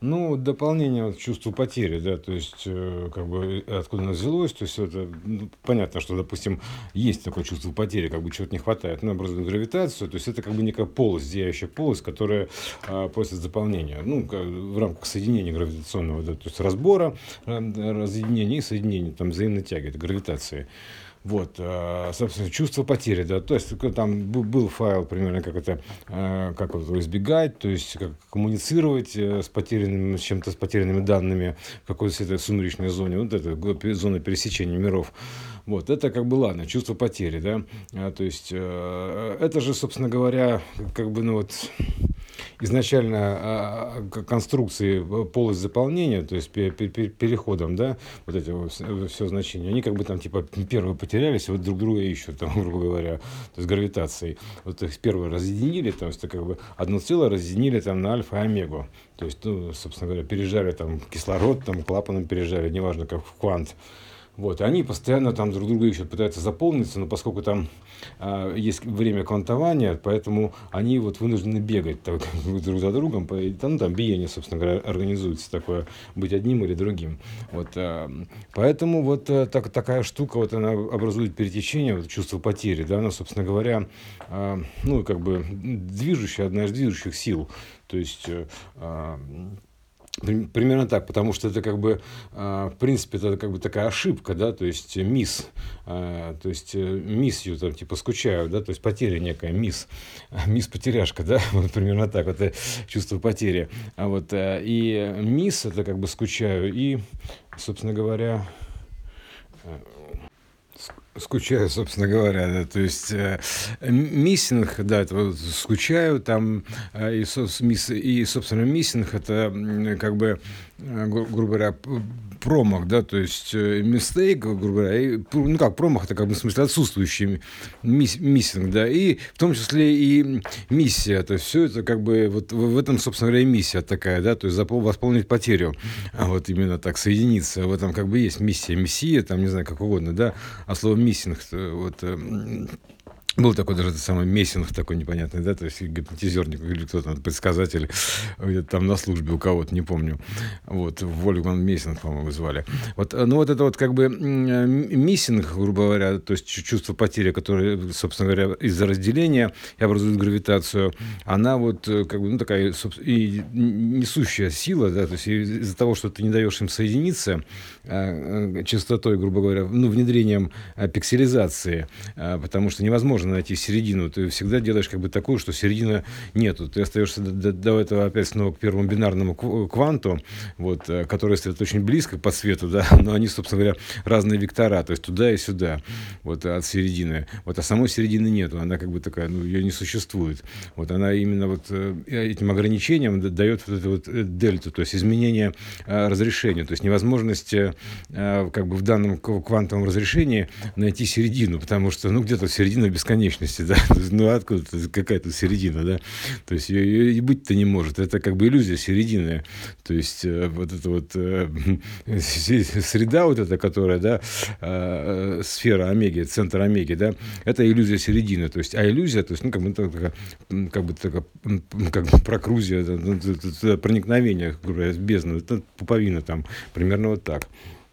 Ну, дополнение вот, к чувству потери, да, то есть, как бы, откуда оно взялось, то есть, это, ну, понятно, что, допустим, есть такое чувство потери, как бы чего-то не хватает, но образует гравитацию, то есть, это как бы некая полость, зияющая полость, которая просит заполнения, ну, в рамках соединения гравитационного, да, то есть, разбора, разъединения и соединения, там, взаимной тяги, это гравитации. Вот, собственно, чувство потери, да, то есть там был файл примерно, как это, как вот его избегать, то есть как коммуницировать с потерянными, с чем-то, с потерянными данными в какой-то этой сумеречной зоне, вот это зона пересечения миров. Вот, это как бы ладно, чувство потери, да, то есть это же, собственно говоря, как бы, ну вот, изначально конструкции полость заполнения, то есть переходом, да, вот эти вот все значения, они как бы там типа первые потерялись, вот друг друга ищут, там, грубо говоря, то есть гравитацией. Вот их первые разъединили, то есть как бы одно целое разъединили там на альфа и омегу. То есть, ну, собственно говоря, пережали там кислород, там клапаном пережали, неважно, как в квант. Вот, и они постоянно там друг друга ищут, пытаются заполниться, но поскольку там есть время квантования, поэтому они вот вынуждены бегать так, друг за другом, и там биение, собственно говоря, организуется такое, быть одним или другим. Вот, поэтому вот такая штука, вот она образует перетечение, вот, чувство потери, да, она, собственно говоря, ну, как бы движущая, одна из движущих сил, то есть... Примерно так, потому что это как бы, в принципе, это как бы такая ошибка, да, то есть то есть миссию там типа скучаю, да, то есть потеря некая, потеряшка, да, вот примерно так, вот это чувство потери, вот, и это как бы скучаю, и, собственно говоря, скучаю, собственно говоря, да, то есть миссинг, да, это вот скучаю, там, и, собственно, миссинг, это как бы, грубо говоря, промах, да, то есть мистейк, грубо говоря, ну как, промах, это как бы в смысле отсутствующий миссинг, да, и в том числе и миссия, то есть все это как бы, вот в этом, собственно говоря, миссия такая, да, то есть восполнить потерю, вот именно так, соединиться, в этом как бы есть миссия, мессия, там, не знаю, как угодно, да, а слово миссинг, вот, был такой даже самый Мессинг такой непонятный, да, то есть гипнотизерник или кто-то, предсказатель, где-то там на службе у кого-то, не помню. Вот, Вольфган Мессинг, по-моему, звали. Вот, ну, вот это вот как бы миссинг, грубо говоря, то есть чувство потери, которое, собственно говоря, из-за разделения и образует гравитацию, она вот как бы, ну, такая и несущая сила, да, то есть из-за того, что ты не даешь им соединиться частотой, грубо говоря, ну, внедрением пикселизации, потому что невозможно найти середину. Ты всегда делаешь как бы такую, что середины нету. Ты остаешься до этого опять снова к первому бинарному кванту, вот, которые стоят очень близко по свету, да, но они, собственно говоря, разные вектора, то есть туда и сюда, вот, от середины. Вот, а самой середины нету, она как бы такая, ну, ее не существует. Вот, она именно вот этим ограничением дает вот эту вот дельту, то есть изменение разрешения, то есть невозможность как бы в данном квантовом разрешении найти середину, потому что, ну, где-то середина бесконечности, да, ну, откуда какая-то середина, да, то есть ее и быть-то не может, это как бы иллюзия середины, то есть вот эта вот среда вот эта, которая, да, сфера омеги, центр омеги, да, это иллюзия середины, то есть, а иллюзия, то есть, ну, как бы такая прокрузия, проникновение, грубо говоря, в бездну, это пуповина там, примерно вот так.